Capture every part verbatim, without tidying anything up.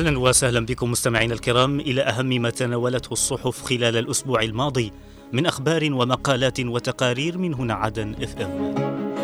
أهلا وسهلا بكم مستمعينا الكرام إلى أهم ما تناولته الصحف خلال الأسبوع الماضي من أخبار ومقالات وتقارير من هنا عدن اف ام.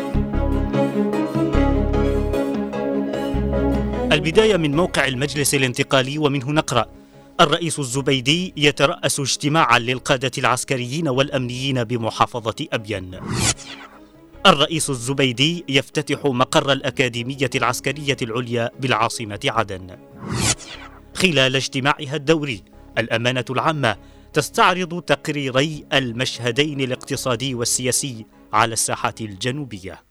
البداية من موقع المجلس الانتقالي، ومنه نقرأ: الرئيس الزبيدي يترأس اجتماعا للقادة العسكريين والأمنيين بمحافظة أبين. الرئيس الزبيدي يفتتح مقر الأكاديمية العسكرية العليا بالعاصمة عدن. خلال اجتماعها الدوري، الأمانة العامة تستعرض تقريري المشهدين الاقتصادي والسياسي على الساحات الجنوبية.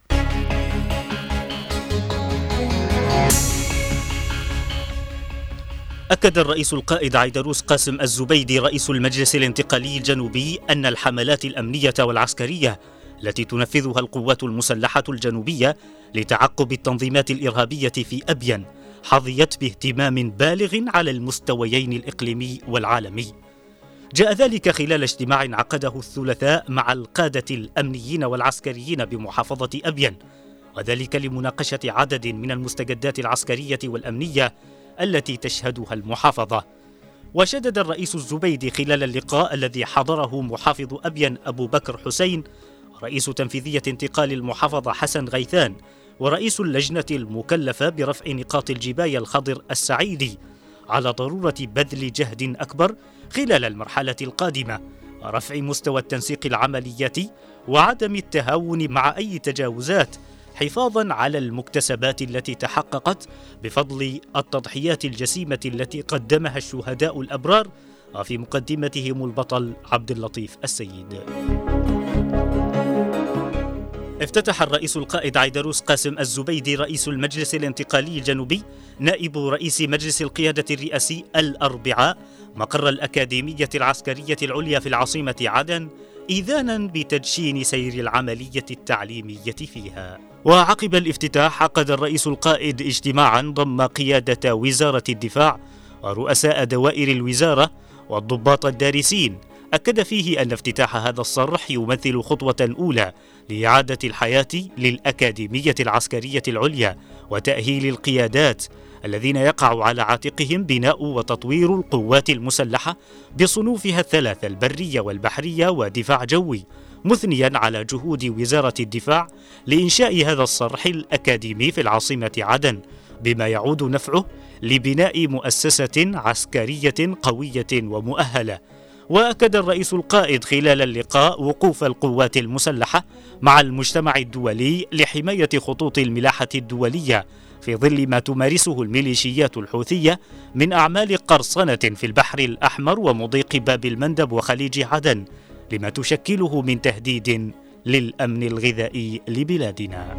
أكد الرئيس القائد عيدروس قاسم الزبيدي رئيس المجلس الانتقالي الجنوبي أن الحملات الأمنية والعسكرية التي تنفذها القوات المسلحة الجنوبية لتعقب التنظيمات الإرهابية في أبين حظيت باهتمام بالغ على المستويين الإقليمي والعالمي. جاء ذلك خلال اجتماع عقده الثلاثاء مع القادة الأمنيين والعسكريين بمحافظة أبين، وذلك لمناقشة عدد من المستجدات العسكرية والأمنية التي تشهدها المحافظة. وشدد الرئيس الزبيدي خلال اللقاء الذي حضره محافظ أبين أبو بكر حسين، رئيس تنفيذية انتقال المحافظة حسن غيثان، ورئيس اللجنة المكلفة برفع نقاط الجباية الخضر السعيدي، على ضرورة بذل جهد أكبر خلال المرحلة القادمة ورفع مستوى التنسيق العملياتي وعدم التهاون مع أي تجاوزات، حفاظا على المكتسبات التي تحققت بفضل التضحيات الجسيمة التي قدمها الشهداء الأبرار، وفي مقدمتهم البطل عبد اللطيف السيد. افتتح الرئيس القائد عيدروس قاسم الزبيدي رئيس المجلس الانتقالي الجنوبي نائب رئيس مجلس القيادة الرئاسي الأربعاء مقر الأكاديمية العسكرية العليا في العاصمة عدن، إذانا بتدشين سير العملية التعليمية فيها. وعقب الافتتاح عقد الرئيس القائد اجتماعا ضم قيادة وزارة الدفاع ورؤساء دوائر الوزارة والضباط الدارسين، أكد فيه أن افتتاح هذا الصرح يمثل خطوة أولى لإعادة الحياة للأكاديمية العسكرية العليا وتأهيل القيادات الذين يقع على عاتقهم بناء وتطوير القوات المسلحة بصنوفها الثلاثة البرية والبحرية ودفاع جوي، مثنيا على جهود وزارة الدفاع لإنشاء هذا الصرح الأكاديمي في العاصمة عدن، بما يعود نفعه لبناء مؤسسة عسكرية قوية ومؤهلة. وأكد الرئيس القائد خلال اللقاء وقوف القوات المسلحة مع المجتمع الدولي لحماية خطوط الملاحة الدولية في ظل ما تمارسه الميليشيات الحوثية من أعمال قرصنة في البحر الأحمر ومضيق باب المندب وخليج عدن، لما تشكله من تهديد للأمن الغذائي لبلادنا.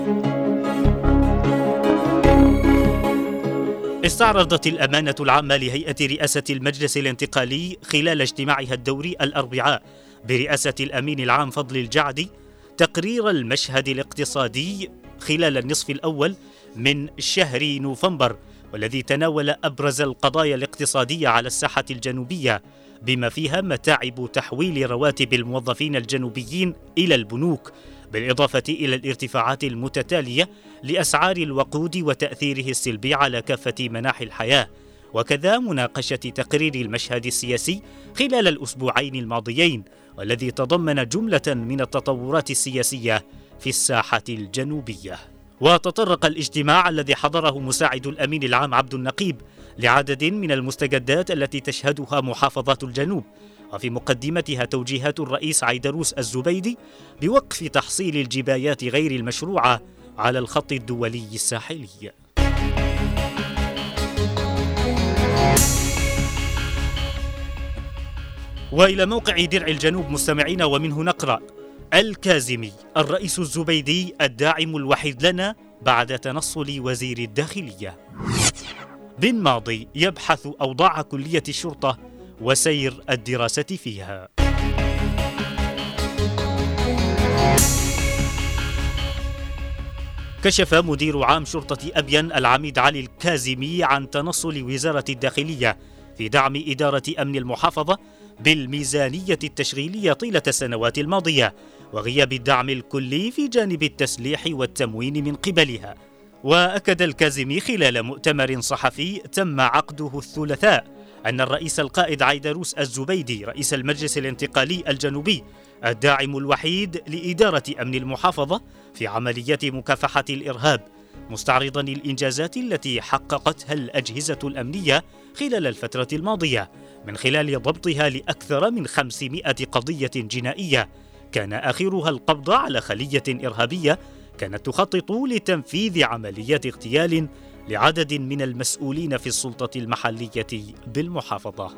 استعرضت الأمانة العامة لهيئة رئاسة المجلس الانتقالي خلال اجتماعها الدوري الأربعاء برئاسة الأمين العام فضل الجعدي تقرير المشهد الاقتصادي خلال النصف الأول من شهر نوفمبر، والذي تناول أبرز القضايا الاقتصادية على الساحة الجنوبية، بما فيها متاعب تحويل رواتب الموظفين الجنوبيين إلى البنوك، بالإضافة إلى الارتفاعات المتتالية لأسعار الوقود وتأثيره السلبي على كافة مناحي الحياة، وكذا مناقشة تقرير المشهد السياسي خلال الأسبوعين الماضيين، والذي تضمن جملة من التطورات السياسية في الساحة الجنوبية. وتطرق الاجتماع الذي حضره مساعد الأمين العام عبد النقيب لعدد من المستجدات التي تشهدها محافظات الجنوب، وفي مقدمتها توجيهات الرئيس عيدروس الزبيدي بوقف تحصيل الجبايات غير المشروعة على الخط الدولي الساحلي. وإلى موقع درع الجنوب مستمعين، ومنه نقرأ: الكازمي الرئيس الزبيدي الداعم الوحيد لنا بعد تنصل وزير الداخلية. بن ماضي يبحث أوضاع كلية الشرطة وسير الدراسة فيها. كشف مدير عام شرطة أبين العميد علي الكازمي عن تنصل وزارة الداخلية في دعم إدارة أمن المحافظة بالميزانية التشغيلية طيلة السنوات الماضية، وغياب الدعم الكلي في جانب التسليح والتموين من قبلها. وأكد الكاظمي خلال مؤتمر صحفي تم عقده الثلاثاء أن الرئيس القائد عيدروس الزبيدي رئيس المجلس الانتقالي الجنوبي الداعم الوحيد لإدارة أمن المحافظة في عملية مكافحة الإرهاب، مستعرضا الإنجازات التي حققتها الأجهزة الأمنية خلال الفترة الماضية من خلال ضبطها لأكثر من خمسمائة قضية جنائية كان آخرها القبض على خلية إرهابية كانت تخطط لتنفيذ عمليات اغتيال لعدد من المسؤولين في السلطة المحلية بالمحافظة.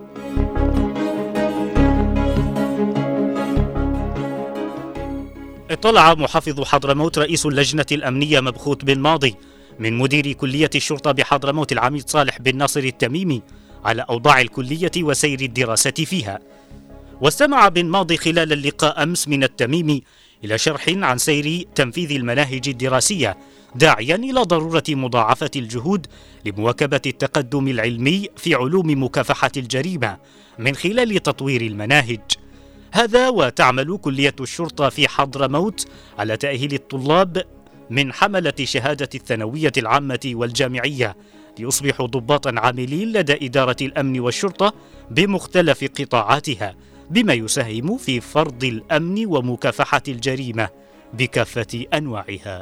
اطلع محافظ حضرموت رئيس اللجنة الأمنية مبخوت بن ماضي من مدير كلية الشرطة بحضرموت العميد صالح بن ناصر التميمي على أوضاع الكلية وسير الدراسة فيها. واستمع بن ماضي خلال اللقاء أمس من التميمي إلى شرح عن سير تنفيذ المناهج الدراسية، داعيا إلى ضرورة مضاعفة الجهود لمواكبة التقدم العلمي في علوم مكافحة الجريمة من خلال تطوير المناهج. هذا وتعمل كلية الشرطة في حضرموت على تأهيل الطلاب من حملة شهادة الثانوية العامة والجامعية ليصبحوا ضباطا عاملين لدى إدارة الأمن والشرطة بمختلف قطاعاتها، بما يساهم في فرض الأمن ومكافحة الجريمة بكافة أنواعها.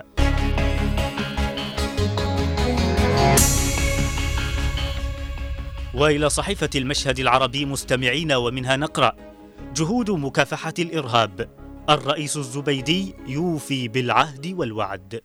وإلى صحيفة المشهد العربي مستمعين، ومنها نقرأ: جهود مكافحة الإرهاب، الرئيس الزبيدي يوفي بالعهد والوعد.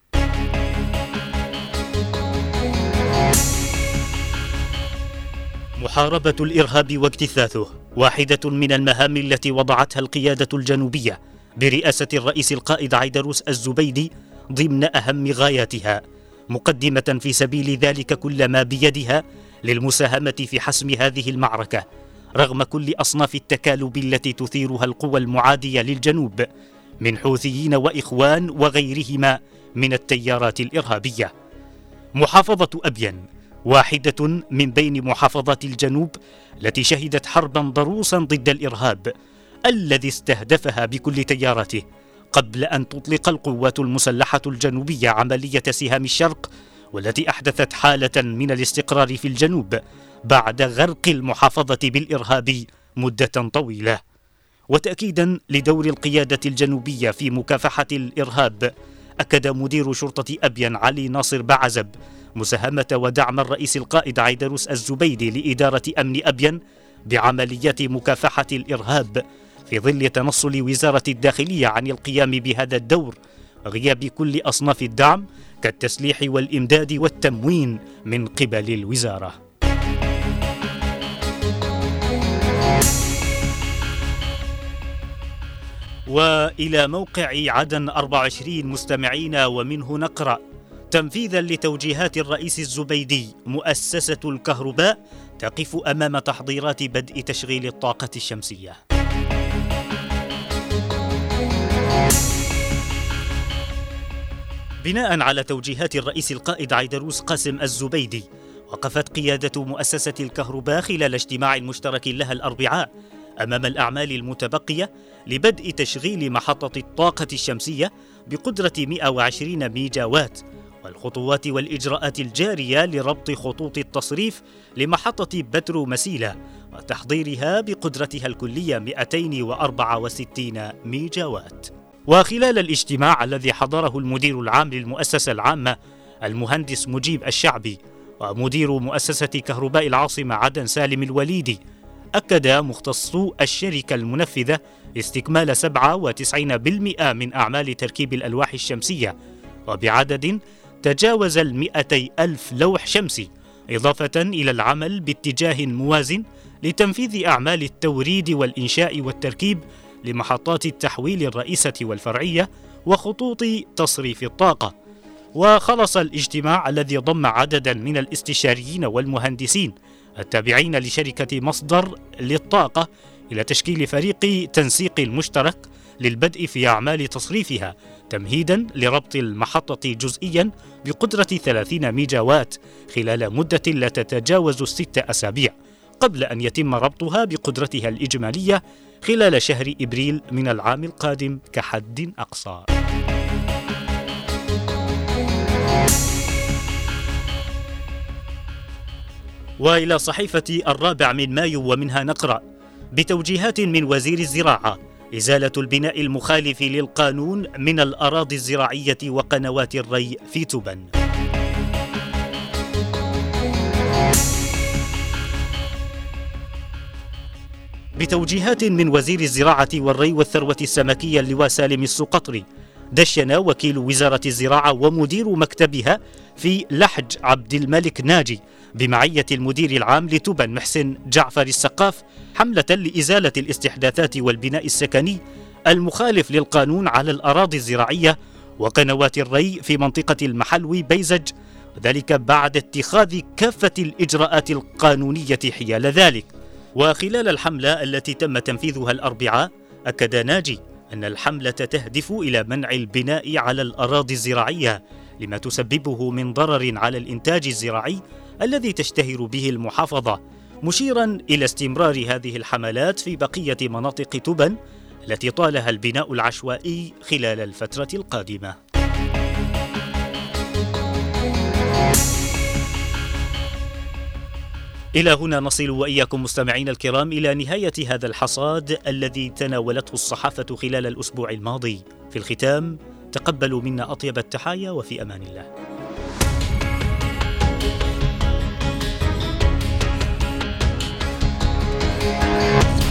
محاربة الإرهاب واجتثاثه واحدة من المهام التي وضعتها القيادة الجنوبية برئاسة الرئيس القائد عيدروس الزبيدي ضمن أهم غاياتها، مقدمة في سبيل ذلك كل ما بيدها للمساهمة في حسم هذه المعركة رغم كل أصناف التكالب التي تثيرها القوى المعادية للجنوب من حوثيين وإخوان وغيرهما من التيارات الإرهابية. محافظة أبين واحدة من بين محافظات الجنوب التي شهدت حربا ضروسا ضد الإرهاب الذي استهدفها بكل تياراته قبل أن تطلق القوات المسلحة الجنوبية عملية سهام الشرق، والتي أحدثت حالة من الاستقرار في الجنوب بعد غرق المحافظة بالإرهاب مدة طويلة. وتأكيدا لدور القيادة الجنوبية في مكافحة الإرهاب، أكد مدير شرطة أبين علي ناصر بعزب مساهمة ودعم الرئيس القائد عيدروس الزبيدي لإدارة أمن أبين بعمليات مكافحة الإرهاب في ظل تنصل وزارة الداخلية عن القيام بهذا الدور وغياب كل أصناف الدعم كالتسليح والإمداد والتموين من قبل الوزارة. وإلى موقع عدن أربعة وعشرين مستمعين، ومنه نقرأ: تنفيذا لتوجيهات الرئيس الزبيدي، مؤسسة الكهرباء تقف أمام تحضيرات بدء تشغيل الطاقة الشمسية. بناء على توجيهات الرئيس القائد عيدروس قاسم الزبيدي، وقفت قيادة مؤسسة الكهرباء خلال اجتماع مشترك لها الأربعاء أمام الأعمال المتبقية لبدء تشغيل محطة الطاقة الشمسية بقدرة مئة وعشرين ميجا وات، والخطوات والإجراءات الجارية لربط خطوط التصريف لمحطة بترو مسيلة وتحضيرها بقدرتها الكلية مئتين وأربعة وستين ميجا وات. وخلال الاجتماع الذي حضره المدير العام للمؤسسة العامة المهندس مجيب الشعبي ومدير مؤسسة كهرباء العاصمة عدن سالم الوليدي، أكد مختصو الشركة المنفذة استكمال سبعة وتسعين بالمئة من أعمال تركيب الألواح الشمسية وبعدد تجاوز المئتي ألف لوح شمسي، إضافة إلى العمل باتجاه موازن لتنفيذ أعمال التوريد والإنشاء والتركيب لمحطات التحويل الرئيسة والفرعية وخطوط تصريف الطاقة. وخلص الاجتماع الذي ضم عددا من الاستشاريين والمهندسين التابعين لشركة مصدر للطاقة إلى تشكيل فريق تنسيق مشترك للبدء في أعمال تصريفها تمهيدا لربط المحطة جزئيا بقدرة ثلاثين ميجا وات خلال مدة لا تتجاوز الست أسابيع، قبل أن يتم ربطها بقدرتها الإجمالية خلال شهر إبريل من العام القادم كحد أقصى. وإلى صحيفة الرابع من مايو ومنها نقرأ: بتوجيهات من وزير الزراعة إزالة البناء المخالف للقانون من الأراضي الزراعية وقنوات الري في تبن. بتوجيهات من وزير الزراعة والري والثروة السمكية اللواء سالم السقطري، دشن وكيل وزارة الزراعة ومدير مكتبها في لحج عبد الملك ناجي بمعية المدير العام لتبن محسن جعفر السقاف حملة لإزالة الاستحداثات والبناء السكني المخالف للقانون على الأراضي الزراعية وقنوات الري في منطقة المحلوي بيزج، ذلك بعد اتخاذ كافة الإجراءات القانونية حيال ذلك. وخلال الحملة التي تم تنفيذها الأربعاء، أكد ناجي أن الحملة تهدف إلى منع البناء على الأراضي الزراعية لما تسببه من ضرر على الإنتاج الزراعي الذي تشتهر به المحافظة، مشيرا إلى استمرار هذه الحملات في بقية مناطق تبن التي طالها البناء العشوائي خلال الفترة القادمة. إلى هنا نصل وإياكم مستمعين الكرام إلى نهاية هذا الحصاد الذي تناولته الصحافة خلال الأسبوع الماضي. في الختام تقبلوا منا أطيب التحايا وفي أمان الله.